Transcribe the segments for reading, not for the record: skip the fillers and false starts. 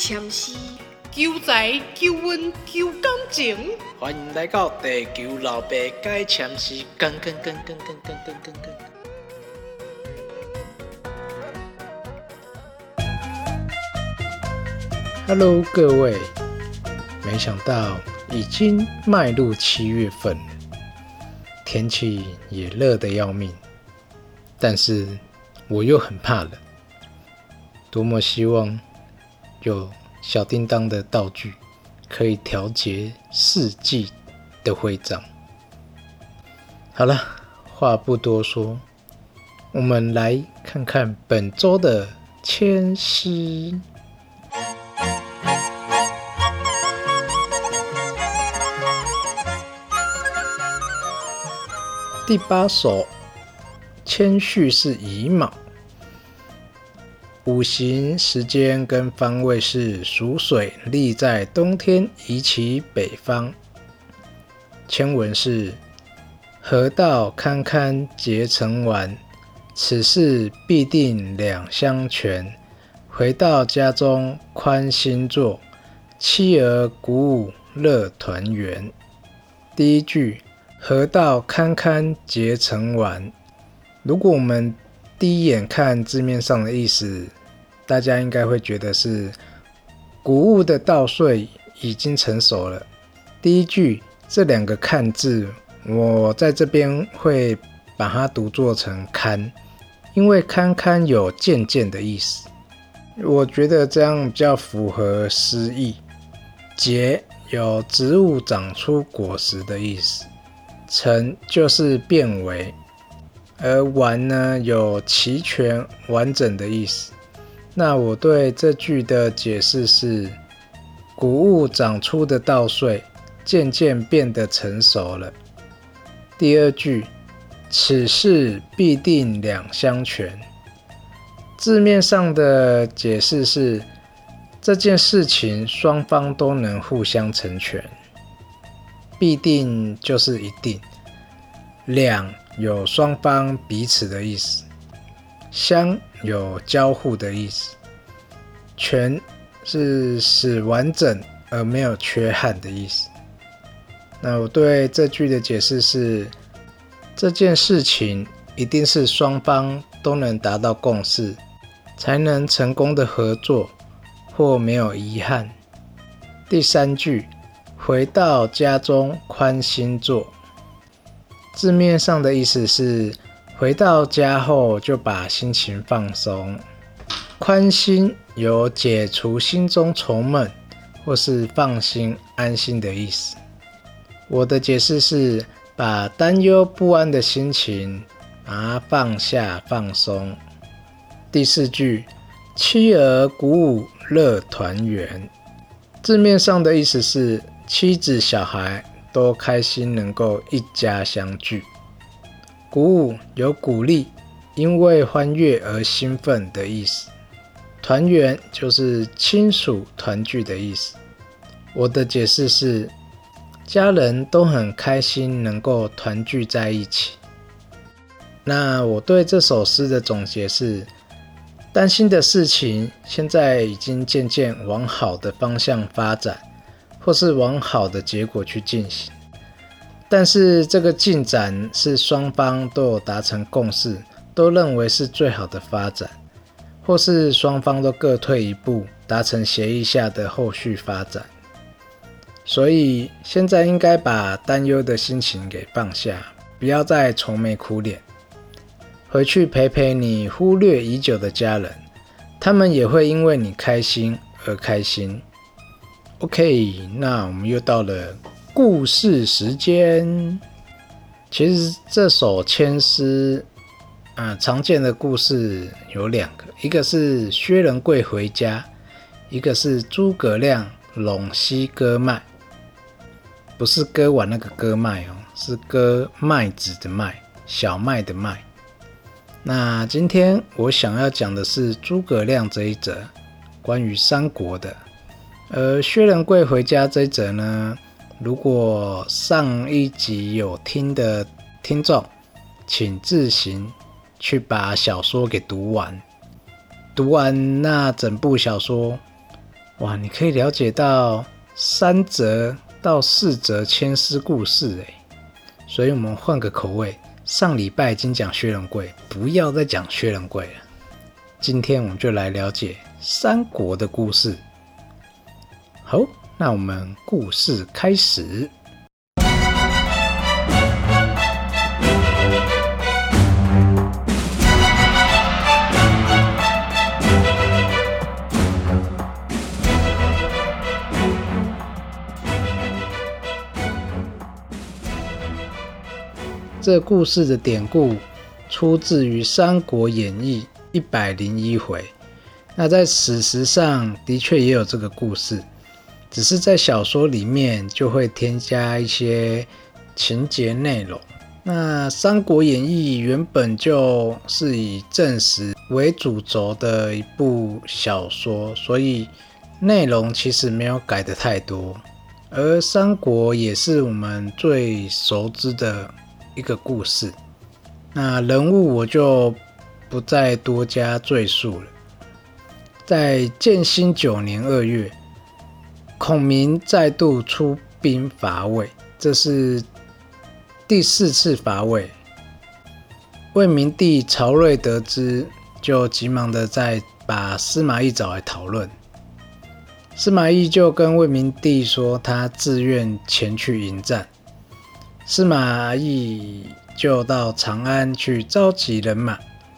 签诗，求财、求运、求感情。 欢迎来到地球老爸解签诗，跟。Hello， 各位，没想到已经迈入7月份了，天气也热得要命，但是我又很怕冷，多么希望有小叮当的道具可以调节四季的徽章。好了，话不多说，我们来看看本周的签诗。第8首，签序是乙卯，五行时间跟方位是属水，立在东天，移其北方。签文是河道堪堪结成丸，此事必定两相全。回到家中宽心坐，妻儿鼓舞乐团圆。第一句河道堪堪结成丸，如果我们第一眼看字面上的意思，大家应该会觉得是谷物的稻穗已经成熟了。第一句这两个看字，我在这边会把它读作成堪，因为堪堪有渐渐的意思，我觉得这样比较符合诗意。结有植物长出果实的意思，成就是变为，而完呢有齐全完整的意思。那我对这句的解释是，谷物长出的稻穗渐渐变得成熟了。第二句此事必定两相全，字面上的解释是这件事情双方都能互相成全，必定就是一定，两有双方彼此的意思，相有交互的意思，全是使完整而没有缺憾的意思。那我对这句的解释是，这件事情一定是双方都能达到共识，才能成功的合作，或没有遗憾。第三句回到家中宽心坐，字面上的意思是回到家后就把心情放松，宽心有解除心中愁闷或是放心安心的意思。我的解释是把担忧不安的心情把它放下放松。第四句妻儿鼓舞乐团圆，字面上的意思是妻子小孩都开心能够一家相聚，鼓舞有鼓励，因为欢悦而兴奋的意思，团圆就是亲属团聚的意思。我的解释是家人都很开心能够团聚在一起。那我对这首诗的总结是，担心的事情现在已经渐渐往好的方向发展，或是往好的结果去进行，但是这个进展是双方都有达成共识，都认为是最好的发展，或是双方都各退一步，达成协议下的后续发展。所以现在应该把担忧的心情给放下，不要再愁眉苦脸，回去陪陪你忽略已久的家人，他们也会因为你开心而开心。 OK， 那我们又到了故事时间。其实这首签诗常见的故事有两个，一个是薛仁贵回家，一个是诸葛亮陇西割麦。不是割完那个割麦哦，是割麦子的麦，小麦的麦。那今天我想要讲的是诸葛亮这一则关于三国的，而薛仁贵回家这一则呢，如果上一集有听的听众，请自行去把小说给读完，读完那整部小说哇，你可以了解到3则到4则牵丝故事耶。所以我们换个口味，上礼拜已经讲薛仁贵，不要再讲薛仁贵了。今天我们就来了解三国的故事。好，那我们故事开始。这故事的典故出自于《三国演义》101回。那在史实上的确也有这个故事，只是在小说里面就会添加一些情节内容。那《三国演义》原本就是以正史为主轴的一部小说，所以内容其实没有改得太多。而三国也是我们最熟知的一个故事，那人物我就不再多加赘述了。在建兴9年2月，孔明再度出兵伐魏，这是第4次伐魏。魏明帝曹睿得知，就急忙的再把司马懿找来讨论。司马懿就跟魏明帝说，他自愿前去迎战。司马懿就到长安去召集人马。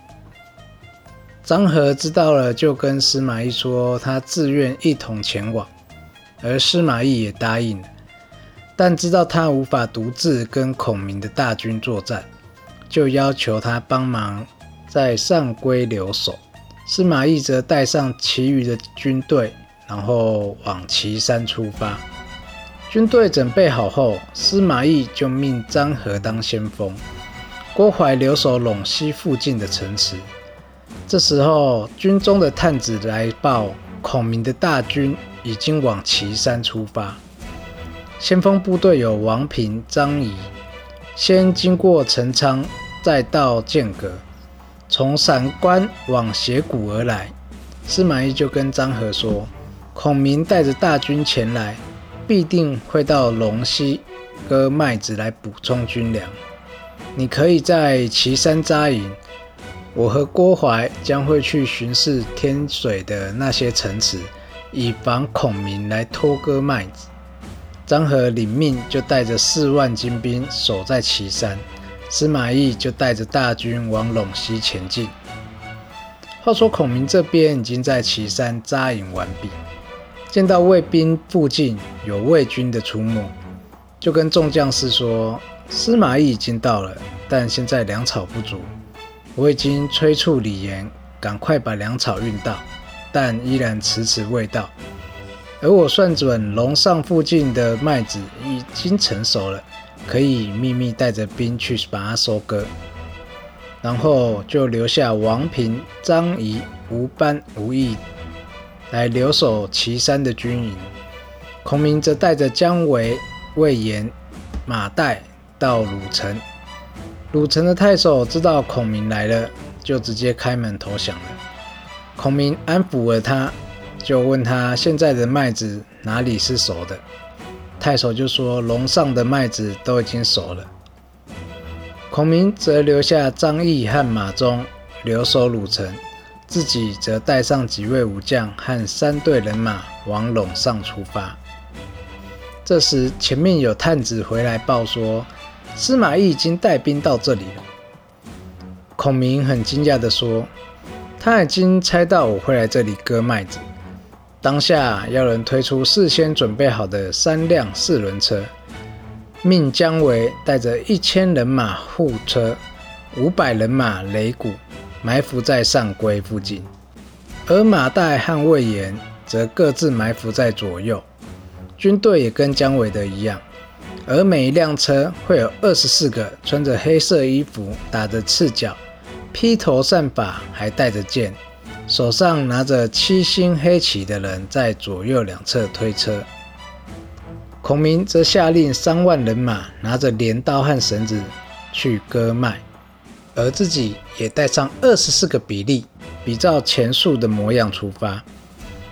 张合知道了，就跟司马懿说他自愿一同前往，而司马懿也答应了，但知道他无法独自跟孔明的大军作战，就要求他帮忙在上邽留守。司马懿则带上其余的军队，然后往岐山出发。军队准备好后，司马懿就命张合当先锋，郭淮留守陇西附近的城池。这时候，军中的探子来报，孔明的大军已经往岐山出发。先锋部队有王平、张仪，先经过陈仓，再到剑阁，从闪关往斜谷而来。司马懿就跟张合说，孔明带着大军前来，必定会到陇西割麦子来补充军粮。你可以在岐山扎营，我和郭淮将会去巡视天水的那些城池，以防孔明来偷割麦子。张合领命，就带着4万精兵守在岐山，司马懿就带着大军往陇西前进。话说孔明这边已经在岐山扎营完毕，见到魏兵附近有魏军的出没，就跟众将士说，司马懿已经到了，但现在粮草不足，我已经催促李严赶快把粮草运到，但依然迟迟未到。而我算准陇上附近的麦子已经成熟了，可以秘密带着兵去把它收割。然后就留下王平、张仪、吴班、吴懿来留守岐山的军营。孔明则带着姜维、魏延、马岱到鲁城。鲁城的太守知道孔明来了，就直接开门投降了。孔明安抚了他，就问他现在的麦子哪里是熟的。太守就说陇上的麦子都已经熟了。孔明则留下张翼和马忠留守鲁城，自己则带上几位武将和3队人马往陇上出发。这时前面有探子回来报说，司马懿已经带兵到这里了。孔明很惊讶地说，他已经猜到我会来这里割麦子，当下要人推出事先准备好的3辆4轮车，命姜维带着1000人马护车，500人马擂鼓，埋伏在上邽附近，而马岱和魏延则各自埋伏在左右。军队也跟姜维的一样，而每一辆车会有24个穿着黑色衣服、打着赤脚、披头散发还带着剑，手上拿着7星黑旗的人在左右两侧推车。孔明则下令3万人马拿着镰刀和绳子去割麦，而自己也带上24个比例，比照前述的模样出发。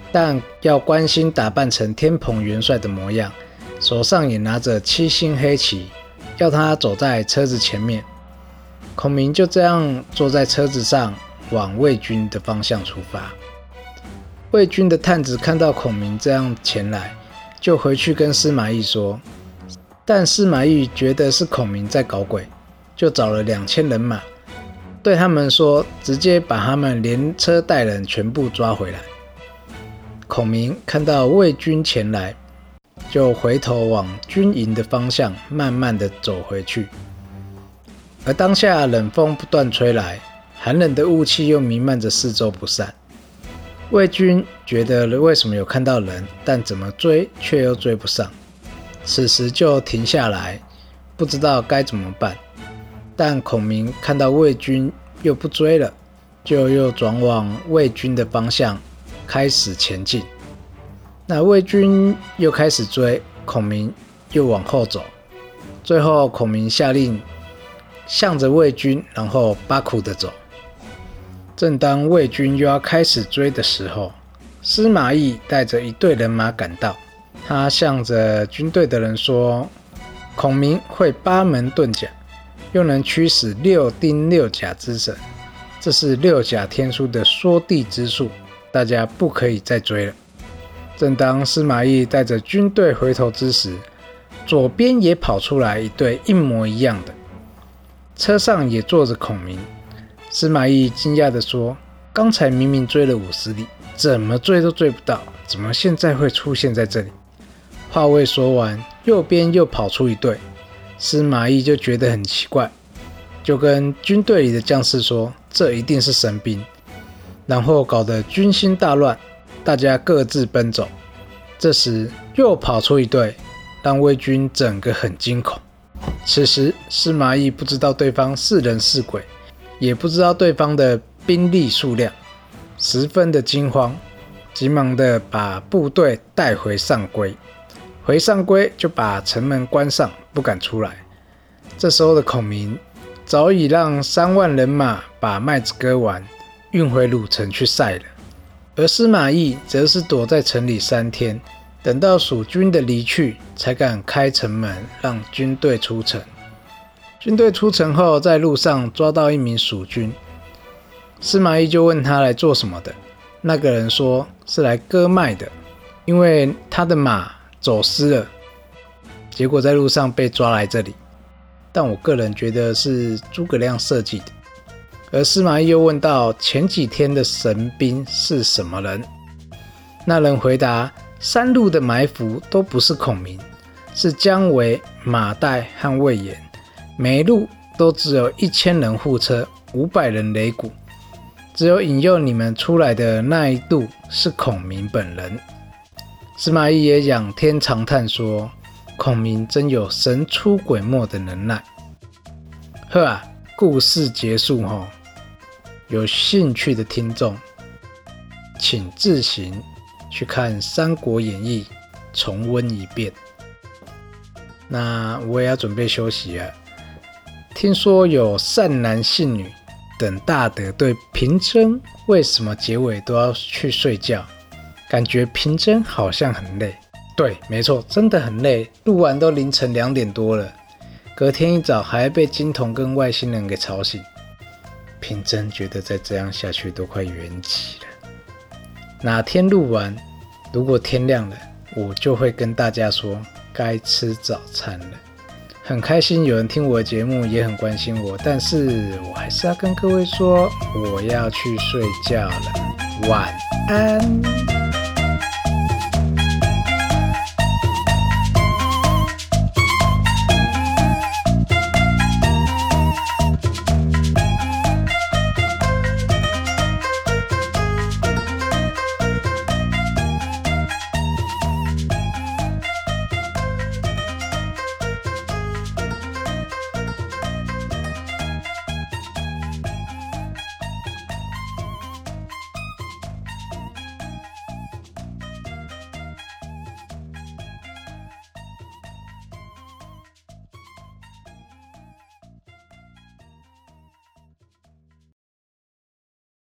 但要关心打扮成天蓬元帅的模样，手上也拿着7星黑旗，要他走在车子前面。孔明就这样坐在车子上，往魏军的方向出发。魏军的探子看到孔明这样前来，就回去跟司马懿说，但司马懿觉得是孔明在搞鬼，就找了2000人马，对他们说直接把他们连车带人全部抓回来。孔明看到魏军前来，就回头往军营的方向慢慢的走回去。而当下冷风不断吹来，寒冷的雾气又弥漫着四周不散。魏军觉得为什么有看到人，但怎么追却又追不上，此时就停下来，不知道该怎么办。但孔明看到魏军又不追了，就又转往魏军的方向开始前进。那魏军又开始追，孔明又往后走。最后孔明下令向着魏军，然后八苦的走。正当魏军又要开始追的时候，司马懿带着一队人马赶到，他向着军队的人说，孔明会8门遁甲，又能驱使6丁6甲之神，这是6甲天书的缩地之术，大家不可以再追了。正当司马懿带着军队回头之时，左边也跑出来一队一模一样的，车上也坐着孔明。司马懿惊讶地说，刚才明明追了50里，怎么追都追不到，怎么现在会出现在这里？话未说完，右边又跑出一队，司马懿就觉得很奇怪，就跟军队里的将士说，这一定是神兵，然后搞得军心大乱，大家各自奔走。这时又跑出一队，让魏军整个很惊恐。此时司马懿不知道对方是人是鬼，也不知道对方的兵力数量，十分的惊慌，急忙的把部队带回上邽。回上邽就把城门关上，不敢出来。这时候的孔明早已让3万人马把麦子割完，运回鲁城去晒了。而司马懿则是躲在城里3天，等到蜀军的离去，才敢开城门让军队出城。军队出城后，在路上抓到一名蜀军，司马懿就问他来做什么的。那个人说是来割麦的，因为他的马走失了，结果在路上被抓来这里。但我个人觉得是诸葛亮设计的。而司马懿又问到前几天的神兵是什么人，那人回答3路的埋伏都不是孔明，是姜维、马岱和魏延，每一路都只有1000人护车，500人擂鼓，只有引诱你们出来的那一路是孔明本人。司马懿也仰天长叹说，孔明真有神出鬼没的能耐。呵啊，故事结束后，有兴趣的听众请自行去看《三国演义》重温一遍。那我也要准备休息了。听说有善男信女等大德对平真为什么结尾都要去睡觉，感觉平真好像很累。对，没错，真的很累，录完都凌晨2点多了，隔天一早还被金童跟外星人给吵醒。平真觉得再这样下去都快圆寂了。哪天录完，如果天亮了，我就会跟大家说该吃早餐了。很开心有人听我的节目，也很关心我，但是我还是要跟各位说，我要去睡觉了，晚安。